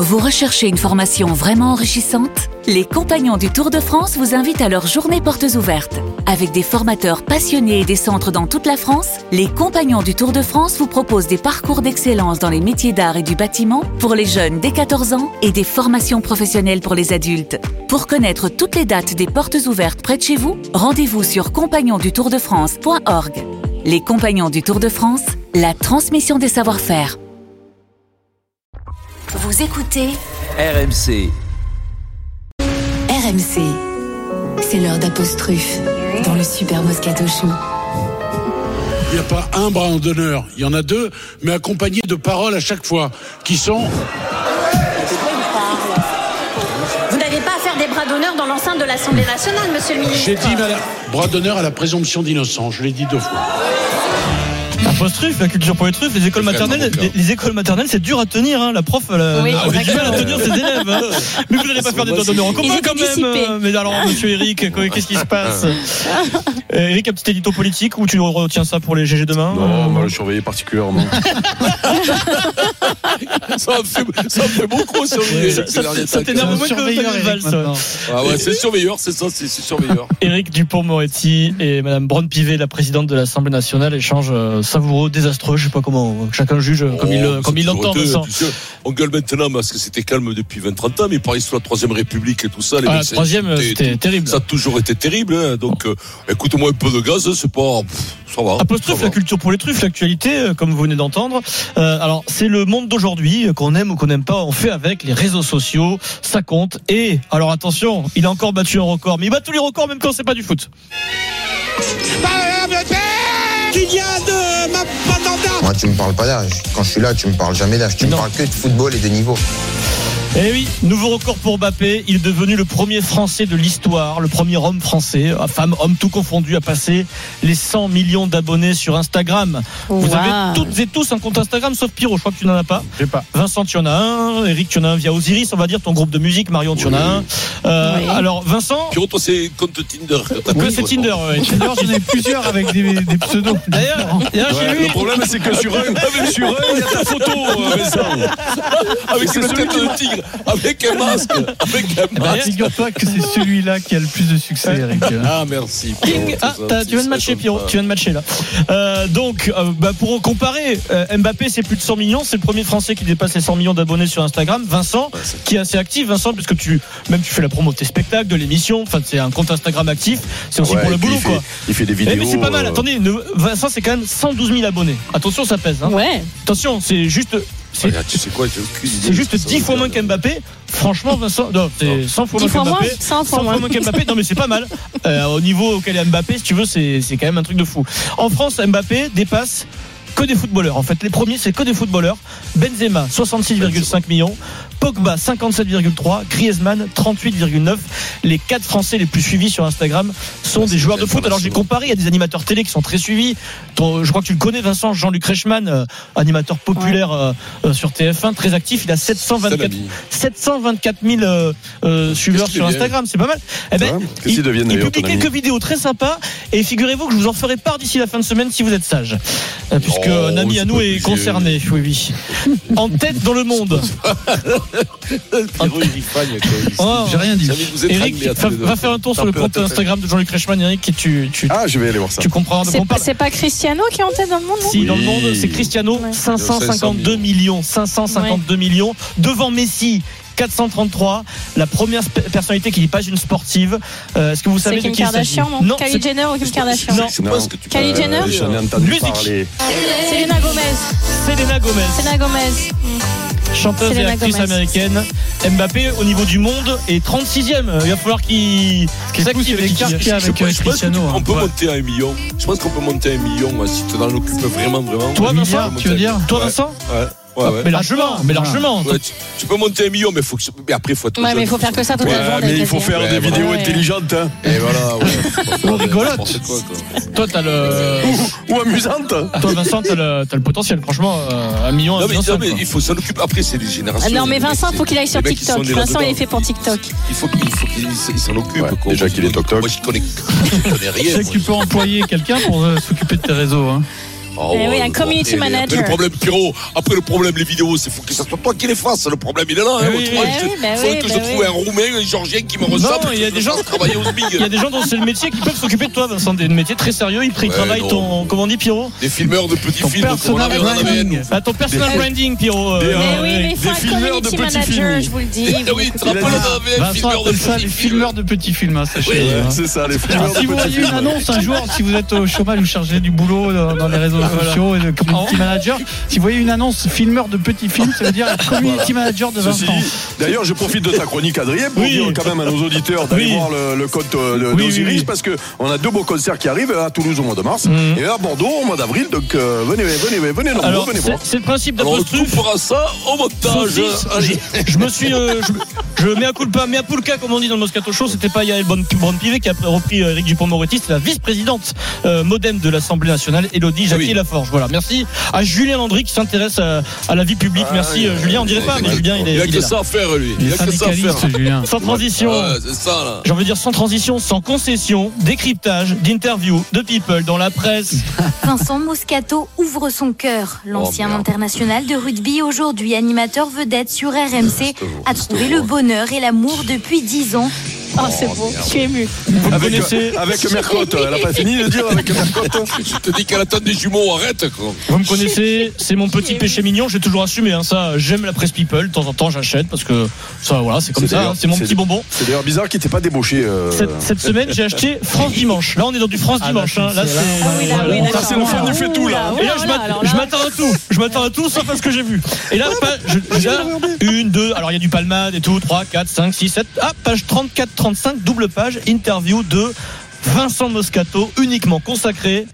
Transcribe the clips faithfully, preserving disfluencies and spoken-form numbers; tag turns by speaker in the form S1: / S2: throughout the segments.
S1: Vous recherchez une formation vraiment enrichissante ? Les Compagnons du Tour de France vous invitent à leur journée portes ouvertes. Avec des formateurs passionnés et des centres dans toute la France, les Compagnons du Tour de France vous proposent des parcours d'excellence dans les métiers d'art et du bâtiment pour les jeunes dès quatorze ans et des formations professionnelles pour les adultes. Pour connaître toutes les dates des portes ouvertes près de chez vous, rendez-vous sur compagnons du tour de france point org. Les Compagnons du Tour de France, la transmission des savoir-faire. Vous écoutez
S2: R M C.
S3: R M C, c'est l'heure d'Apostruf dans le Super Moscato Show.
S4: Il n'y a pas un bras d'honneur, il y en a deux, mais accompagnés de paroles à chaque fois, qui sont...
S5: Vous n'avez pas à faire des bras d'honneur dans l'enceinte de l'Assemblée nationale, monsieur le ministre.
S4: J'ai dit madame, bras d'honneur à la présomption d'innocence, je l'ai dit deux fois.
S6: Apostrophe, la culture pour les truffes, les écoles maternelles, les, les écoles maternelles, c'est dur à tenir, hein. La prof, elle a
S5: oui,
S6: du mal à tenir ses élèves, hein. Mais vous n'allez pas faire des doigts d'honneur en commun quand même. Mais alors, monsieur Eric, qu'est-ce qui se passe? euh, Eric, un petit édito politique ou tu retiens ça pour les G G demain?
S7: Non, on va le surveiller particulièrement.
S8: ça, me fait, ça me fait beaucoup surveiller.
S6: Ça, ça, ça, ça t'énerve moins que Daniel Valls.
S8: Ah ouais, c'est surveilleur, c'est ça, c'est, c'est surveilleur.
S6: Eric Dupond-Moretti et madame Braun-Pivet, la présidente de l'Assemblée nationale, échangent euh, savoureux, désastreux, je sais pas comment, chacun juge comme oh, il, comme il l'entend.
S8: Tu sais, on gueule maintenant parce que c'était calme depuis vingt trente ans, mais pareil sur la troisième République et tout ça. Les
S6: ah, la troisième, c'était
S8: tout,
S6: terrible.
S8: Ça a toujours été terrible, hein, donc euh, écoute-moi un peu de gaz, c'est pas... Pff, ça va.
S6: Apostrophe,
S8: ça
S6: la
S8: va.
S6: culture pour les truffes, l'actualité, euh, comme vous venez d'entendre. Euh, alors, c'est le monde d'aujourd'hui, euh, qu'on aime ou qu'on n'aime pas, on fait avec les réseaux sociaux, ça compte. Et, alors attention, il a encore battu un record, mais il bat tous les records même quand c'est pas du foot.
S9: Moi, tu me parles pas d'âge. Quand je suis là, tu me parles jamais d'âge. Tu
S6: non.
S9: me parles que de football et de niveau.
S6: Eh oui, nouveau record pour Mbappé. Il est devenu le premier Français de l'histoire, le premier homme français, femme, homme tout confondu, à passer les cent millions d'abonnés sur Instagram. Wow. Vous avez toutes et tous un compte Instagram, sauf Pierrot. Je crois que tu n'en as pas.
S7: J'ai pas.
S6: Vincent, tu en as un. Eric, tu en as un via Osiris, on va dire, ton groupe de musique. Marion, tu oui. en as un. Euh, oui. Alors, Vincent.
S8: Pierrot, toi, c'est compte Tinder.
S6: Oui, c'est Tinder. Ouais. Tinder, j'en ai plusieurs avec des, des pseudos. D'ailleurs, d'ailleurs ouais,
S7: j'ai vu. Le problème, c'est que sur un, sur un, il y a ta photo, euh, Vincent.
S8: Avec c'est le tête de tigre. Avec un masque, avec un masque.
S10: Figure-toi que c'est celui-là qui a le plus de succès, Eric.
S8: Ah, merci.
S6: King. Ah, tu viens de matcher, Pierrot. Tu viens de matcher, là. Euh, donc, euh, bah, pour comparer, euh, Mbappé, c'est plus de cent millions. C'est le premier Français qui dépasse les cent millions d'abonnés sur Instagram. Vincent, ouais, qui est assez actif. Vincent, puisque tu, même tu fais la promo de tes spectacles, de l'émission. Enfin, c'est un compte Instagram actif. C'est aussi ouais, pour le boulot,
S7: il fait,
S6: quoi.
S7: Il fait des vidéos.
S6: Eh, mais c'est pas mal. Euh... Attendez, ne, Vincent, c'est quand même cent douze mille abonnés. Attention, ça pèse, hein.
S5: Ouais.
S6: Attention, c'est juste. C'est,
S8: ah, tu sais quoi, j'ai aucune idée.
S6: C'est juste dix fois moins qu'Mbappé. Franchement, Vincent, non, c'est cent fois moins qu'Mbappé.
S5: cent fois
S6: moins qu'Mbappé. Non, mais c'est pas mal. Euh, au niveau auquel est Mbappé, si tu veux, c'est, c'est quand même un truc de fou. En France, Mbappé dépasse que des footballeurs. En fait, les premiers, c'est que des footballeurs. Benzema, soixante-six virgule cinq millions. Pogba, cinquante-sept virgule trois. Griezmann, trente-huit virgule neuf. Les quatre Français les plus suivis sur Instagram sont des joueurs de foot. Alors, j'ai comparé. Il y a des animateurs télé qui sont très suivis. Ton, je crois que tu le connais, Vincent, Jean-Luc Reichmann, euh, animateur populaire euh, euh, sur T F un, très actif. Il a sept cent vingt-quatre mille euh, euh, suiveurs sur Instagram. C'est pas mal. Eh ben, il, il publie quelques vidéos très sympas. Et figurez-vous que je vous en ferai part d'ici la fin de semaine si vous êtes sage. Euh, puisque oh, un ami à nous est concerné. Oui, oui. En tête dans le monde.
S10: Oh, j'ai rien dit.
S6: Eric, va, va faire un tour sur le compte Instagram de Jean-Luc Reichmann, Eric, et tu, tu,
S7: ah, je vais aller voir ça.
S6: Tu comprends.
S5: C'est, pas, c'est pas Cristiano qui est en tête dans le monde, non?
S6: Si, oui. Dans le monde, c'est Cristiano, ouais. cinq cent cinquante-deux millions. cinq cent cinquante-deux ouais. millions. Devant Messi, quatre cent trente-trois. La première personnalité qui n'est pas une sportive. Euh, est-ce que vous savez
S5: c'est
S6: de qui
S5: Kim Kardashian, non, non Kylie Jenner ou Kim Kardashian?
S6: Non,
S5: non. Kylie Jenner.
S7: Euh, j'en ai entendu Musique. parler.
S5: Selena Gomez.
S6: Selena Gomez.
S5: Selena Gomez.
S6: Chanteuse Selena et actrice Gomez. Américaine. Mbappé au niveau du monde est trente-sixième. Il va falloir qu'il, qu'il s'active avec
S8: Cristiano. On peut ouais. monter à un million. Je pense qu'on peut monter à un million moi, si tu t'en occupes vraiment, vraiment.
S6: Toi, Vincent,
S10: tu veux dire?
S6: Toi, Vincent?
S8: Ouais. Ouais, ouais.
S6: Mais largement, mais largement.
S8: Ouais, tu, tu peux monter un million, mais, faut que, mais après, il faut être.
S5: Ouais, mais il faut faire que ça toute
S7: ouais,
S5: la journée.
S7: Mais il faut faire ouais, des
S8: voilà.
S7: vidéos
S5: ouais.
S7: intelligentes. Hein.
S8: Et voilà, ouais.
S6: Ou rigolote.
S8: Quoi, quoi.
S6: Toi, t'as le.
S7: Ou, ou amusante.
S6: Toi, Vincent, t'as le, t'as le potentiel. Franchement, euh, un million,
S8: non,
S6: un million.
S8: Mais, non, mais il faut s'en occuper. Après, c'est les générations.
S5: Ah non, mais Vincent, il faut qu'il aille sur TikTok. Vincent, il est fait pour TikTok.
S8: Il faut qu'il, faut qu'il s'en occupe.
S7: Ouais, déjà qu'il est TikTok.
S8: Moi, je connais, je connais rien.
S10: Tu sais que tu peux employer quelqu'un pour euh, s'occuper de tes réseaux. Hein.
S8: Oh,
S5: eh oui, un community
S8: bon,
S5: manager.
S8: Après le problème, Pierrot, après le problème, les vidéos, c'est faut que ça soit toi qui les fasses. Le problème, il est là. Hein,
S6: oui,
S8: autrement,
S5: oui,
S8: il
S5: bah
S8: faut
S5: oui,
S8: que
S5: bah
S8: je
S5: oui.
S8: trouve un Roumain, un Georgien qui me ressemble.
S6: Non, il y a des gens
S8: travailler au SMIC.
S6: Il y a des gens dont c'est le métier qui peuvent s'occuper de toi, Vincent. Des métiers très sérieux. Ils
S8: Ouais,
S6: travaillent
S8: non.
S6: ton, comment on dit, Pierrot?
S8: Des filmeurs de petits
S10: Ton
S8: films. On avait, on avait un, nous.
S6: Ah, ton personal branding, Pierrot.
S7: Des-
S6: euh,
S5: Mais oui,
S6: ouais.
S5: mais il faut
S7: Des
S5: un
S7: filmeurs de
S5: community
S7: petits
S5: manager,
S7: films.
S5: je vous le dis.
S8: Eh oui, tu te rappelles, on avait un
S10: Vincent
S8: filmeur de
S10: appelle ça
S8: petits
S10: les
S8: films.
S10: filmeurs de petits films, hein, sachez.
S7: Ouais,
S10: hein.
S7: c'est ça, les
S10: Alors,
S7: filmeurs
S10: si
S7: de
S10: vous
S7: petits
S10: voyez une
S7: films.
S10: annonce un jour, si vous êtes au chômage ou chargé du boulot dans, dans les réseaux sociaux et de community manager, si vous voyez une annonce filmeur de petits films, ça veut dire community manager de
S7: Ceci
S10: Vincent.
S7: dit, d'ailleurs, je profite de ta chronique, Adrien, pour
S6: Oui.
S7: dire quand même à nos auditeurs d'aller
S6: Oui.
S7: voir le, le compte euh, de-
S6: Oui,
S7: d'Osiris
S6: oui, oui.
S7: parce qu'on a deux beaux concerts qui arrivent à Toulouse au mois de mars
S6: Mhm.
S7: et à Bordeaux au mois d'avril. Donc euh, venez, venez, venez, venez nombreux,
S6: Alors,
S7: venez
S6: c'est
S7: voir.
S6: c'est le principe
S8: Alors, on
S6: d'Apostrophe.
S8: coupera ça au montage.
S6: Saucisse,
S8: Allez.
S6: je, je me suis, euh, je, je mets à culpa, mais à pulka, comme on dit dans le Moscato Show, c'était pas Yael Braun-Pivet qui a repris euh, Éric Dupond-Moretti, c'est la vice-présidente euh, modem de l'Assemblée nationale, Élodie
S8: Ah oui.
S6: Jacquier-Laforge. Voilà, merci à Julien Landry qui s'intéresse à, à la vie publique.
S7: Ah,
S6: Merci
S7: oui.
S6: euh, Julien, on dirait pas, mais Julien il est,
S8: Il a
S6: il
S8: que
S6: est là.
S8: ça à faire, lui.
S10: Il
S8: Il
S10: est
S8: a que ça à faire.
S10: syndicaliste, Julien.
S6: Sans transition.
S8: Ouais, c'est ça, là.
S6: J'ai envie de dire sans transition, sans concession, décryptage, d'interviews, de people dans la presse.
S2: Vincent Moscato ouvre son cœur. L'ancien
S8: Oh, merde.
S2: international de rugby, aujourd'hui animateur vedette sur R M C, a trouvé le bonheur et l'amour depuis dix ans.
S5: Oh, c'est beau, je suis ému.
S6: Vous le
S7: Avec,
S6: connaissez,
S7: avec Mercotte, elle a pas fini de dire avec Mercotte.
S8: Je te dis qu'elle attend des jumeaux, arrête, quoi.
S6: vous me connaissez, c'est mon petit péché mignon, j'ai toujours assumé hein, ça. J'aime la presse people, de temps en temps j'achète parce que ça voilà, c'est comme
S7: C'est
S6: ça,
S7: d'ailleurs-
S6: hein, c'est mon
S7: c'est-
S6: petit bonbon.
S7: C'est d'ailleurs bizarre qu'il t'ait pas débauché. euh,
S6: Cette, cette semaine, j'ai acheté France Dimanche. Là, on est dans du France
S10: Ah,
S6: Dimanche.
S10: là,
S6: hein. Là,
S10: c'est-
S6: c'est.
S5: Ah oui, là, oui,
S6: voilà.
S5: d'accord.
S7: Ça, c'est le fond du fait tout, là.
S6: Et là, je m'att- je m'attends à tout. Je m'attends à tout, sauf à ce que j'ai vu. Et là, page, je- déjà, une, deux, alors il y a du palmade et tout, trois, quatre, cinq, six, sept. Ah, page trente-quatre, trente-cinq, double page, interview de Vincent Moscato, uniquement consacré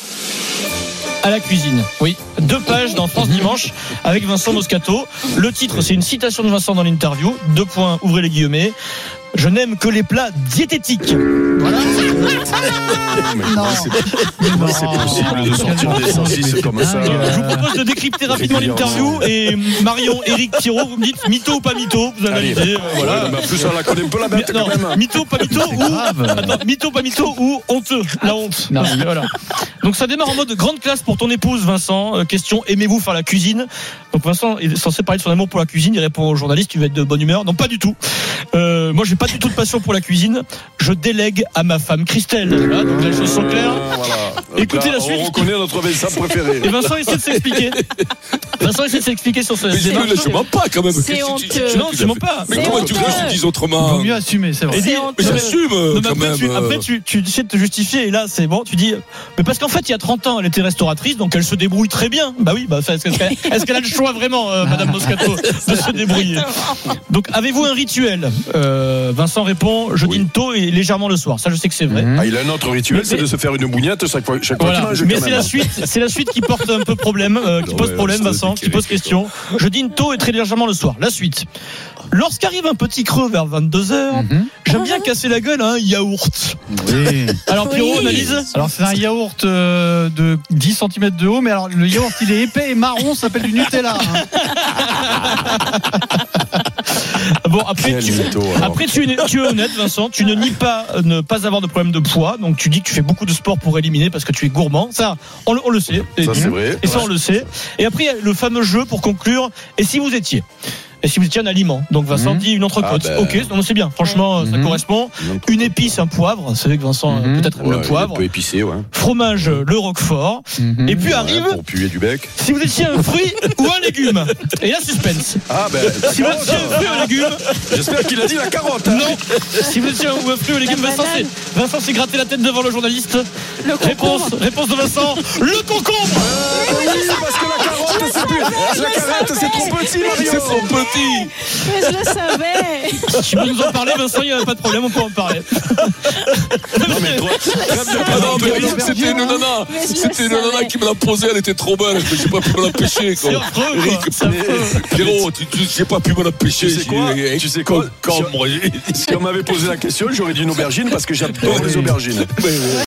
S6: à la cuisine. Oui, deux pages dans France Dimanche avec Vincent Moscato. Le titre, c'est une citation de Vincent dans l'interview. Deux points, ouvrez les guillemets. Je n'aime que les plats diététiques. Voilà.
S7: mais comment c'est- comment c'est possible de sortir des saucisses comme ça?
S6: Je vous propose de décrypter rapidement l'interview et Marion, Eric, Pierrot, vous me dites mytho ou pas mytho, vous
S7: Allez.
S6: analysez. euh,
S7: Voilà.
S6: voilà.
S7: Mais en plus, on la connaît un peu la bête
S6: Non,
S7: quand même.
S6: mytho, pas mytho ou attends, mytho, pas mytho ou honteux, la honte.
S10: Non.
S6: Voilà. Donc ça démarre en mode grande classe pour ton épouse, Vincent. Euh, question, aimez-vous faire la cuisine? Donc Vincent est censé parler de son amour pour la cuisine. Il répond au journaliste, tu vas être de bonne humeur. Non, pas du tout. Euh, moi, j'ai pas du tout de passion pour la cuisine. Je délègue à ma femme Christelle. Voilà, donc les choses sont claires.
S7: Voilà. Donc
S6: Écoutez
S7: là,
S6: la suite.
S7: On reconnaît notre Vincent préféré.
S6: Et Vincent essaie de s'expliquer. Vincent essaie de s'expliquer sur ce
S8: Mais je
S6: démarche.
S8: ne laisse pas quand même.
S5: C'est
S8: Qu'est-ce que tu-
S5: honteux.
S6: Non, tu mens pas.
S8: Mais
S5: C'est
S8: comment tu veux que je
S5: honteux.
S8: dise
S10: Il
S8: autrement?
S10: vaut mieux assumer, c'est vrai.
S6: Et dis-
S5: C'est honteux.
S8: Mais j'assume
S6: Non, mais
S8: quand
S6: après,
S8: même.
S6: tu, après
S8: euh.
S6: tu, tu essaies de te justifier et là c'est bon, tu dis mais parce qu'en fait il y a trente ans elle était restauratrice donc elle se débrouille très bien. Bah oui, bah ça, est-ce qu'elle, est-ce qu'elle a le choix vraiment euh, Madame Moscato de se débrouiller? Donc avez-vous un rituel? euh, Vincent répond je
S7: Oui.
S6: dîne tôt et légèrement le soir. Ça je sais que c'est vrai.
S7: Ah, il a un autre rituel,
S6: Mais-
S7: c'est de se faire une bougnette chaque fois, chaque fois
S6: Voilà.
S7: qu'il mange.
S6: Mais
S7: quand
S6: c'est
S7: même.
S6: la suite, c'est la suite qui porte un peu problème, euh, qui
S8: Non,
S6: pose
S8: ouais,
S6: problème,
S8: c'est
S6: Vincent,
S8: c'est
S6: qui pose
S8: terrible,
S6: question. Je dîne tôt et très légèrement le soir. La suite. Lorsqu'arrive un petit creux vers vingt-deux heures,
S10: Mhm.
S6: j'aime bien casser la gueule à un yaourt.
S10: Oui.
S6: Alors Pierrot,
S5: Oui.
S6: analyse.
S10: Alors c'est un yaourt euh, de dix centimètres de haut, mais alors le yaourt il est épais et marron, ça s'appelle du Nutella. hein.
S6: Bon après
S7: Quel
S6: tu,
S7: mytho, alors.
S6: après tu es, tu es honnête Vincent, tu ne nies pas euh, ne pas avoir de problème de poids, donc tu dis que tu fais beaucoup de sport pour éliminer parce que tu es gourmand. Ça, on, le- on le sait. Et,
S7: Ça, c'est vrai.
S6: et ça on le sait. Et après il y a le fameux jeu pour conclure. Et si vous étiez et si vous étiez un aliment, donc Vincent
S10: Mhm.
S6: dit une entrecôte.
S7: Ah ben.
S6: Ok, non, c'est bien. Franchement, ça
S10: Mhm.
S6: correspond. Une épice, un poivre. C'est vrai que Vincent euh,
S10: Mhm.
S6: peut-être aime
S7: Ouais,
S6: le poivre.
S7: Un peu épicé, ouais.
S6: Fromage, le roquefort.
S10: Mhm.
S6: Et puis
S7: Ouais,
S6: arrive
S7: pour puer du bec.
S6: si vous étiez un fruit ou un légume. Et là suspense.
S7: Ah ben, la
S6: Si vous
S7: carotte.
S6: étiez un fruit ou un légume.
S7: J'espère qu'il a dit la carotte. hein.
S6: Non. Si vous étiez un, ou un fruit ou un légume,
S5: La
S6: Vincent s'est,
S5: banane.
S6: Vincent s'est gratté la tête devant le journaliste. Réponse, réponse de Vincent. Le concombre.
S7: Euh, oui, parce que la carotte, c'est plus. La carotte, c'est trop petit, Mario.
S8: C'est trop petit.
S5: Mais je le savais.
S6: Si vous nous en parlez, Vincent, il n'y a pas de problème, on peut en parler.
S7: Non, mais toi,
S8: Ah non, mais
S10: Aubergine.
S8: c'était une nana.
S5: Mais je le
S8: C'était une nana
S5: savais.
S8: qui me l'a posée, elle était trop belle. Je n'ai pas pu me l'empêcher.
S6: C'est
S8: quoi.
S6: affreux, quoi.
S8: Eric,
S6: C'est affreux.
S8: Pierrot, tu- tu- j'ai pas pu me l'empêcher.
S7: Tu sais quoi
S8: J'ai-
S7: Tu sais quoi
S8: Concombre.
S7: Si on m'avait posé la question, j'aurais dit une aubergine parce que j'adore les aubergines.
S8: Mais, ouais.